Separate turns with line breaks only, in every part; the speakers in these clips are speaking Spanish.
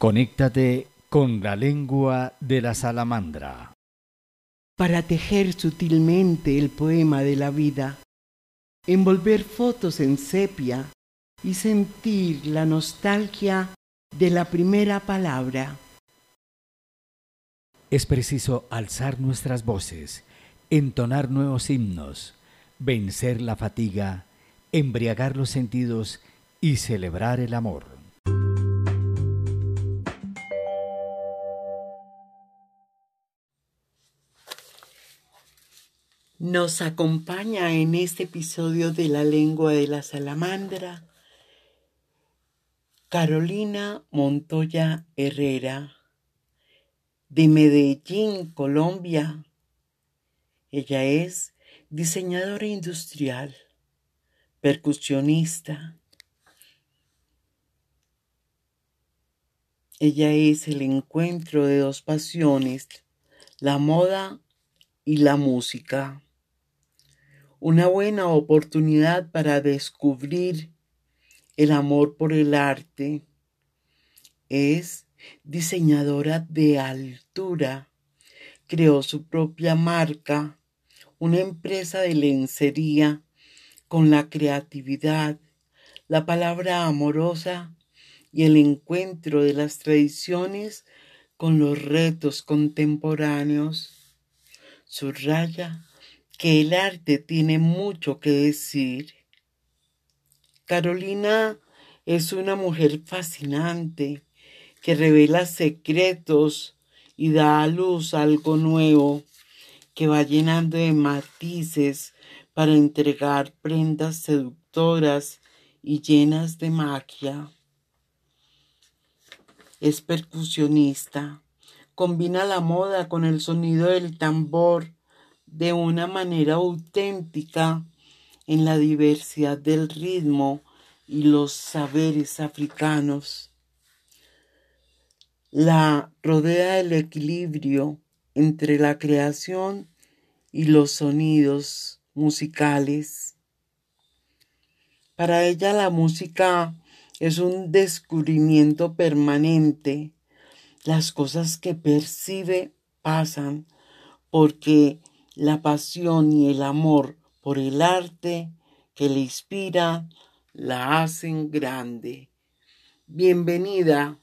Conéctate con la lengua de la salamandra.
Para tejer sutilmente el poema de la vida, envolver fotos en sepia y sentir la nostalgia de la primera palabra.
Es preciso alzar nuestras voces, entonar nuevos himnos, vencer la fatiga, embriagar los sentidos y celebrar el amor.
Nos acompaña en este episodio de La lengua de la salamandra Carolina Montoya Herrera, de Medellín, Colombia. Ella es diseñadora industrial, percusionista. Ella es el encuentro de dos pasiones, la moda y la música. Una buena oportunidad para descubrir el amor por el arte. Es diseñadora de altura. Creó su propia marca, una empresa de lencería con la creatividad, la palabra amorosa y el encuentro de las tradiciones con los retos contemporáneos. Subraya que el arte tiene mucho que decir. Carolina es una mujer fascinante que revela secretos y da a luz algo nuevo que va llenando de matices para entregar prendas seductoras y llenas de magia. Es percusionista, combina la moda con el sonido del tambor de una manera auténtica en la diversidad del ritmo y los saberes africanos. La rodea el equilibrio entre la creación y los sonidos musicales. Para ella la música es un descubrimiento permanente. Las cosas que percibe pasan porque la pasión y el amor por el arte que le inspira la hacen grande. Bienvenida.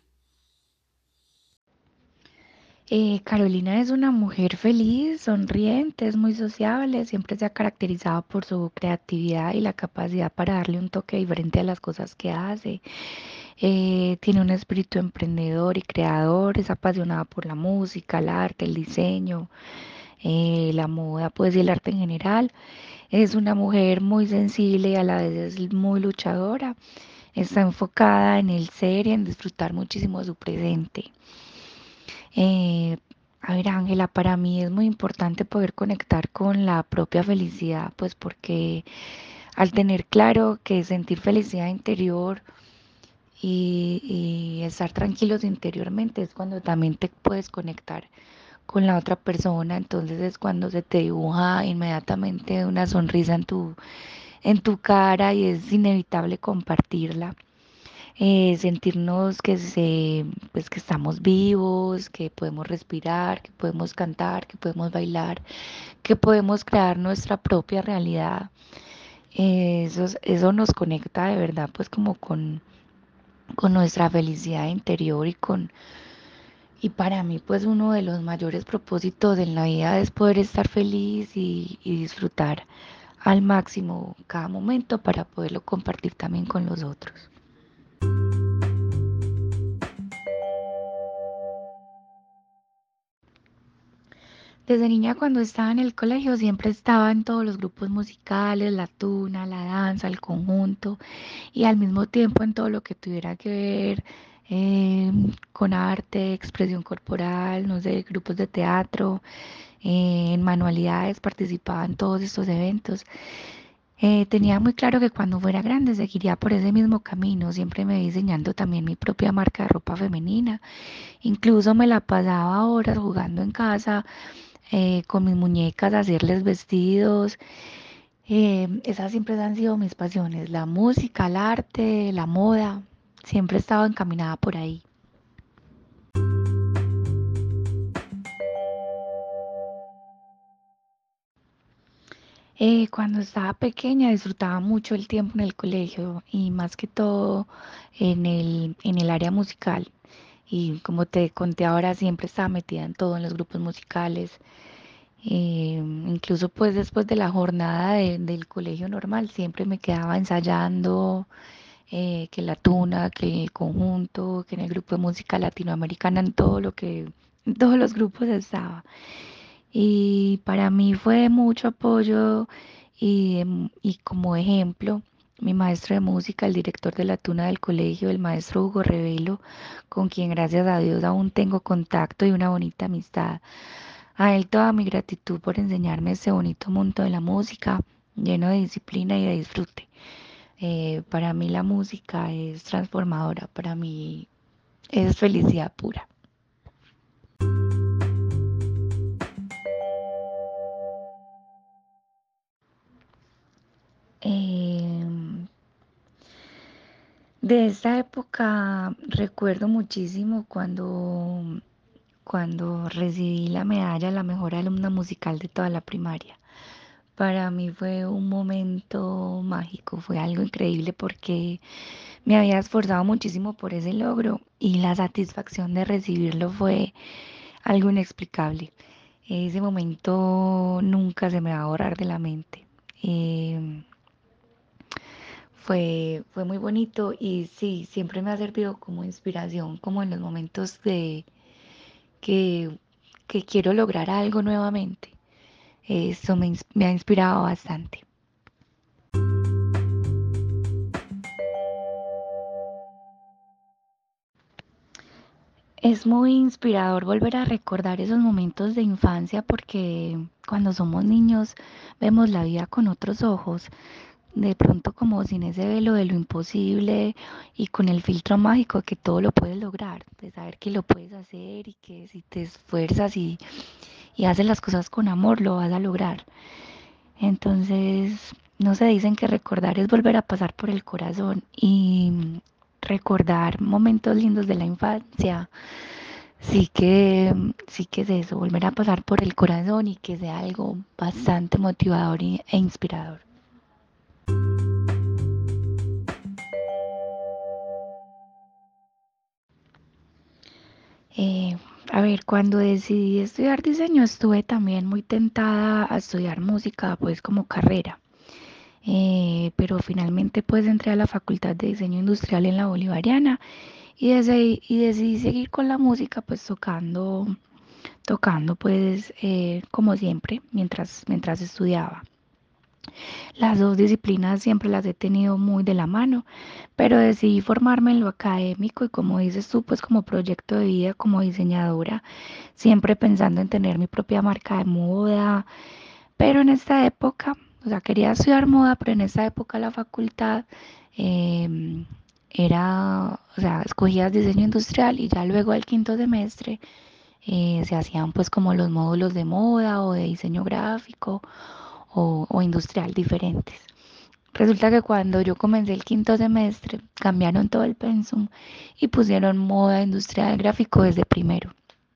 Carolina es una mujer feliz, sonriente, es muy sociable, siempre se ha caracterizado por su creatividad y la capacidad para darle un toque diferente a las cosas que hace. Tiene un espíritu emprendedor y creador, es apasionada por la música, el arte, el diseño, la moda, pues y el arte en general. Es una mujer muy sensible y a la vez es muy luchadora. Está enfocada en el ser y en disfrutar muchísimo de su presente. Eh, a ver, Ángela, para mí es muy importante poder conectar con la propia felicidad, pues porque al tener claro que sentir felicidad interior y estar tranquilos interiormente es cuando también te puedes conectar con la otra persona, entonces es cuando se te dibuja inmediatamente una sonrisa en tu cara y es inevitable compartirla. Sentirnos pues que estamos vivos, que podemos respirar, que podemos cantar, que podemos bailar, que podemos crear nuestra propia realidad. Eso nos conecta de verdad pues como con nuestra felicidad interior y para mí pues uno de los mayores propósitos en la vida es poder estar feliz y disfrutar al máximo cada momento para poderlo compartir también con los otros. Desde niña cuando estaba en el colegio siempre estaba en todos los grupos musicales, la tuna, la danza, el conjunto y al mismo tiempo en todo lo que tuviera que ver con arte, expresión corporal, no sé, grupos de teatro, en manualidades, participaba en todos estos eventos. Tenía muy claro que cuando fuera grande seguiría por ese mismo camino, siempre me vi diseñando también mi propia marca de ropa femenina, incluso me la pasaba horas jugando en casa con mis muñecas, hacerles vestidos. Esas siempre han sido mis pasiones, la música, el arte, la moda, siempre he estado encaminada por ahí. Cuando estaba pequeña disfrutaba mucho el tiempo en el colegio y más que todo en el área musical. Y como te conté ahora, siempre estaba metida en todo, en los grupos musicales. Incluso pues después de la jornada del colegio normal, siempre me quedaba ensayando, que la tuna, que el conjunto, que en el grupo de música latinoamericana, en todos los grupos estaba. Y para mí fue de mucho apoyo y como ejemplo, mi maestro de música, el director de la tuna del colegio, el maestro Hugo Revelo, con quien gracias a Dios aún tengo contacto y una bonita amistad. A él toda mi gratitud por enseñarme ese bonito mundo de la música, lleno de disciplina y de disfrute. Para mí la música es transformadora, para mí es felicidad pura. Em, de esa época recuerdo muchísimo cuando recibí la medalla a la mejor alumna musical de toda la primaria. Para mí fue un momento mágico, fue algo increíble porque me había esforzado muchísimo por ese logro y la satisfacción de recibirlo fue algo inexplicable. Ese momento nunca se me va a borrar de la mente. Em, fue muy bonito y sí, siempre me ha servido como inspiración, como en los momentos de que, que quiero lograr algo nuevamente. Eso me ha inspirado bastante. Es muy inspirador volver a recordar esos momentos de infancia porque cuando somos niños vemos la vida con otros ojos, de pronto como sin ese velo de lo imposible y con el filtro mágico que todo lo puedes lograr, de saber que lo puedes hacer y que si te esfuerzas y haces las cosas con amor lo vas a lograr. Entonces, no se dicen que recordar es volver a pasar por el corazón y recordar momentos lindos de la infancia. Sí que es eso, volver a pasar por el corazón y que sea algo bastante motivador e inspirador. Eh, a ver, cuando decidí estudiar diseño estuve también muy tentada a estudiar música pues como carrera. Pero finalmente pues entré a la Facultad de Diseño Industrial en la Bolivariana y decidí seguir con la música pues tocando pues como siempre mientras estudiaba. Las dos disciplinas siempre las he tenido muy de la mano, pero decidí formarme en lo académico y como dices tú, pues como proyecto de vida, como diseñadora, siempre pensando en tener mi propia marca de moda, pero en esta época, o sea, quería estudiar moda, pero en esta época la facultad em, o sea, escogías diseño industrial y ya luego al quinto semestre se hacían pues como los módulos de moda o de diseño gráfico o industrial diferentes. Resulta que cuando yo comencé el quinto semestre, cambiaron todo el pensum y pusieron moda industrial gráfico desde primero.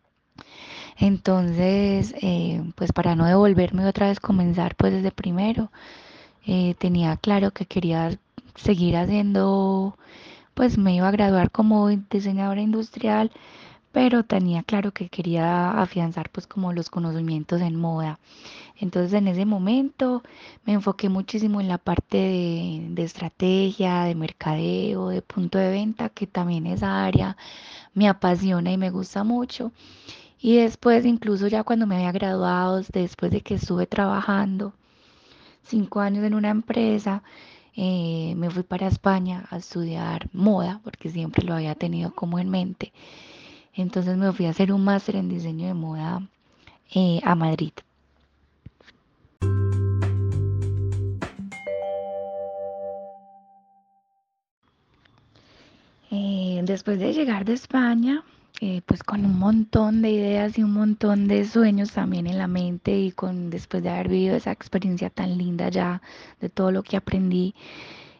Entonces, pues para no devolverme otra vez comenzar pues desde primero, tenía claro que quería seguir haciendo, pues me iba a graduar como diseñadora industrial, pero tenía claro que quería afianzar pues como los conocimientos en moda. Entonces en ese momento me enfoqué muchísimo en la parte de estrategia, de mercadeo, de punto de venta, que también esa área me apasiona y me gusta mucho. Y después, incluso ya cuando me había graduado, después de que estuve trabajando 5 años en una empresa, me fui para España a estudiar moda, porque siempre lo había tenido como en mente. Entonces me fui a hacer un máster en diseño de moda a Madrid. Después de llegar de España, pues con un montón de ideas y un montón de sueños también en la mente y con después de haber vivido esa experiencia tan linda ya de todo lo que aprendí,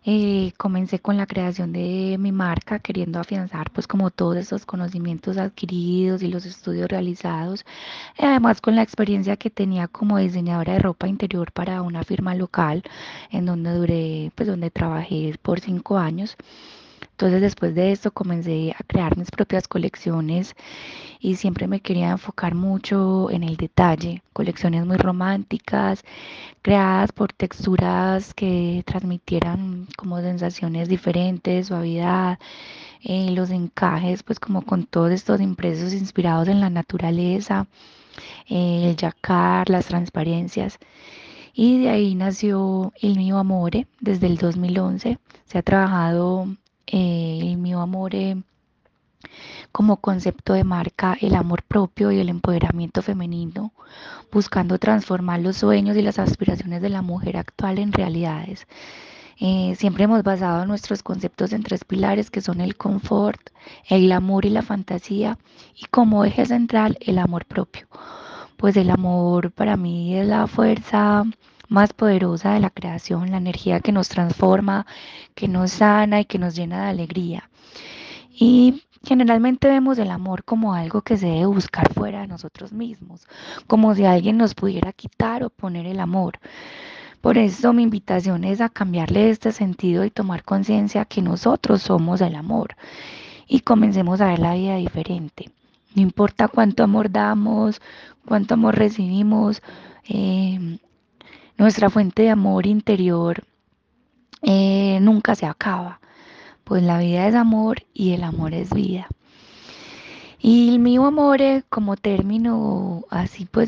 Comencé con la creación de mi marca, queriendo afianzar pues como todos esos conocimientos adquiridos y los estudios realizados, además con la experiencia que tenía como diseñadora de ropa interior para una firma local en donde duré, pues donde trabajé por 5 años. Entonces después de esto comencé a crear mis propias colecciones y siempre me quería enfocar mucho en el detalle, colecciones muy románticas, creadas por texturas que transmitieran como sensaciones diferentes, suavidad, los encajes, pues como con todos estos impresos inspirados en la naturaleza, el jacquard, las transparencias. Y de ahí nació El Mio Amore desde el 2011. Se ha trabajado El Mio Amore como concepto de marca, el amor propio y el empoderamiento femenino, buscando transformar los sueños y las aspiraciones de la mujer actual en realidades. Siempre hemos basado nuestros conceptos en tres pilares que son el confort, el glamour y la fantasía, y como eje central el amor propio. Pues el amor para mí es la fuerza más poderosa de la creación, la energía que nos transforma, que nos sana y que nos llena de alegría. Y generalmente vemos el amor como algo que se debe buscar fuera de nosotros mismos, como si alguien nos pudiera quitar o poner el amor. Por eso mi invitación es a cambiarle este sentido y tomar conciencia que nosotros somos el amor y comencemos a ver la vida diferente. No importa cuánto amor damos, cuánto amor recibimos, eh, nuestra fuente de amor interior nunca se acaba, pues la vida es amor y el amor es vida. Y el mío amore como término así pues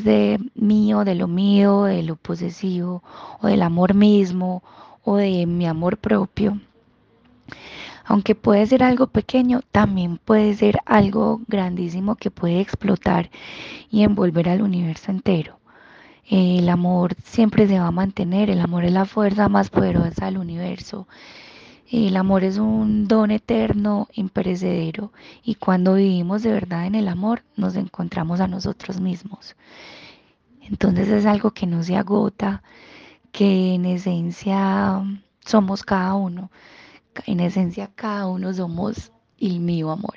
de lo posesivo o del amor mismo o de mi amor propio, aunque puede ser algo pequeño, también puede ser algo grandísimo que puede explotar y envolver al universo entero. El amor siempre se va a mantener, el amor es la fuerza más poderosa del universo. El amor es un don eterno, imperecedero, y cuando vivimos de verdad en el amor, nos encontramos a nosotros mismos. Entonces es algo que no se agota, que en esencia somos cada uno. En esencia cada uno somos el mío amor.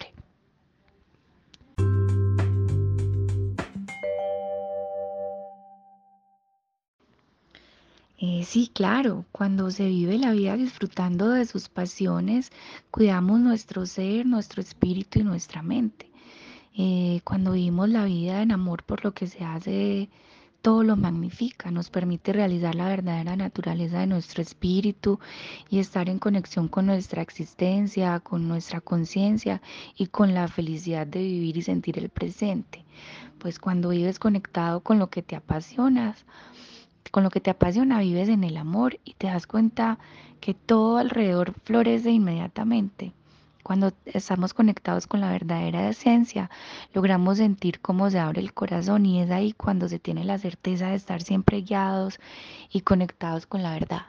Sí, claro, cuando se vive la vida disfrutando de sus pasiones, cuidamos nuestro ser, nuestro espíritu y nuestra mente. Cuando vivimos la vida en amor por lo que se hace, todo lo magnifica, nos permite realizar la verdadera naturaleza de nuestro espíritu y estar en conexión con nuestra existencia, con nuestra conciencia y con la felicidad de vivir y sentir el presente. Pues cuando vives conectado con lo que te apasiona, vives en el amor y te das cuenta que todo alrededor florece inmediatamente. Cuando estamos conectados con la verdadera esencia, logramos sentir cómo se abre el corazón y es ahí cuando se tiene la certeza de estar siempre guiados y conectados con la verdad.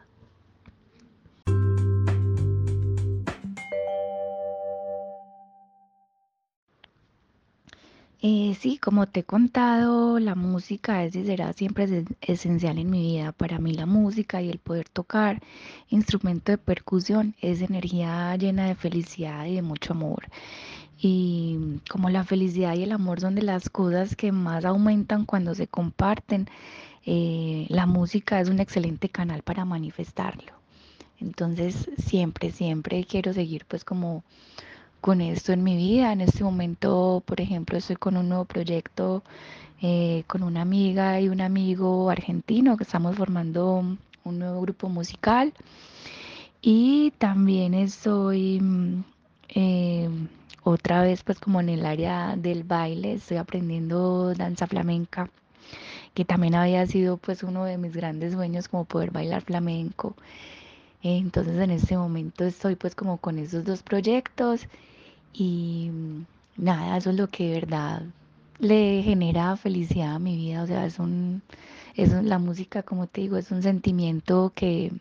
Sí, como te he contado, la música es y será siempre esencial en mi vida. Para mí la música y el poder tocar instrumento de percusión es energía llena de felicidad y de mucho amor. Y como la felicidad y el amor son de las cosas que más aumentan cuando se comparten, la música es un excelente canal para manifestarlo. Entonces siempre, siempre quiero seguir pues como con esto en mi vida. En este momento, por ejemplo, estoy con un nuevo proyecto con una amiga y un amigo argentino que estamos formando un nuevo grupo musical. Y también estoy eh, otra vez pues como en el área del baile, estoy aprendiendo danza flamenca, que también había sido pues uno de mis grandes sueños como poder bailar flamenco. Entonces en este momento estoy pues como con esos dos proyectos y nada, eso es lo que de verdad le genera felicidad a mi vida. O sea, la música, como te digo, es un sentimiento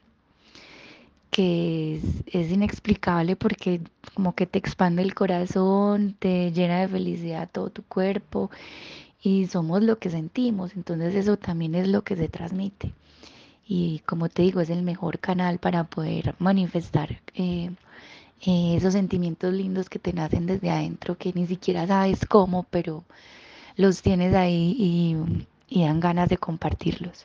que es inexplicable porque como que te expande el corazón, te llena de felicidad todo tu cuerpo y somos lo que sentimos. Entonces eso también es lo que se transmite. y como te digo, es el mejor canal para poder manifestar esos sentimientos lindos que te nacen desde adentro, que ni siquiera sabes cómo, pero los tienes ahí y dan ganas de compartirlos.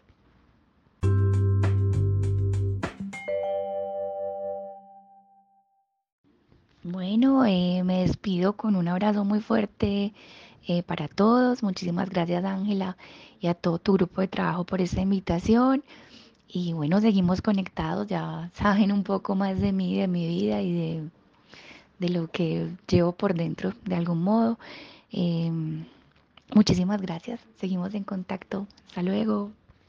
Bueno, me despido con un abrazo muy fuerte para todos. Muchísimas gracias, Ángela, y a todo tu grupo de trabajo por esta invitación. Y bueno, seguimos conectados, ya saben un poco más de mí, de mi vida y de lo que llevo por dentro de algún modo. Em, Muchísimas gracias. Seguimos en contacto. Hasta luego.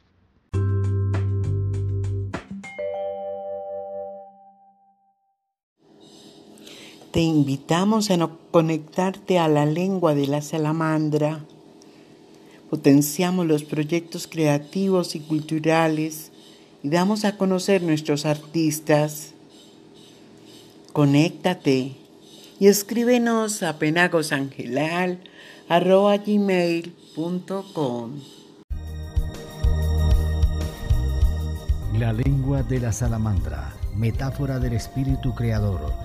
Te invitamos a no conectarte a la lengua de la salamandra. Potenciamos los proyectos creativos y culturales y damos a conocer nuestros artistas. Conéctate y escríbenos a penagosangelal@gmail.com.
La lengua de la salamandra, metáfora del espíritu creador.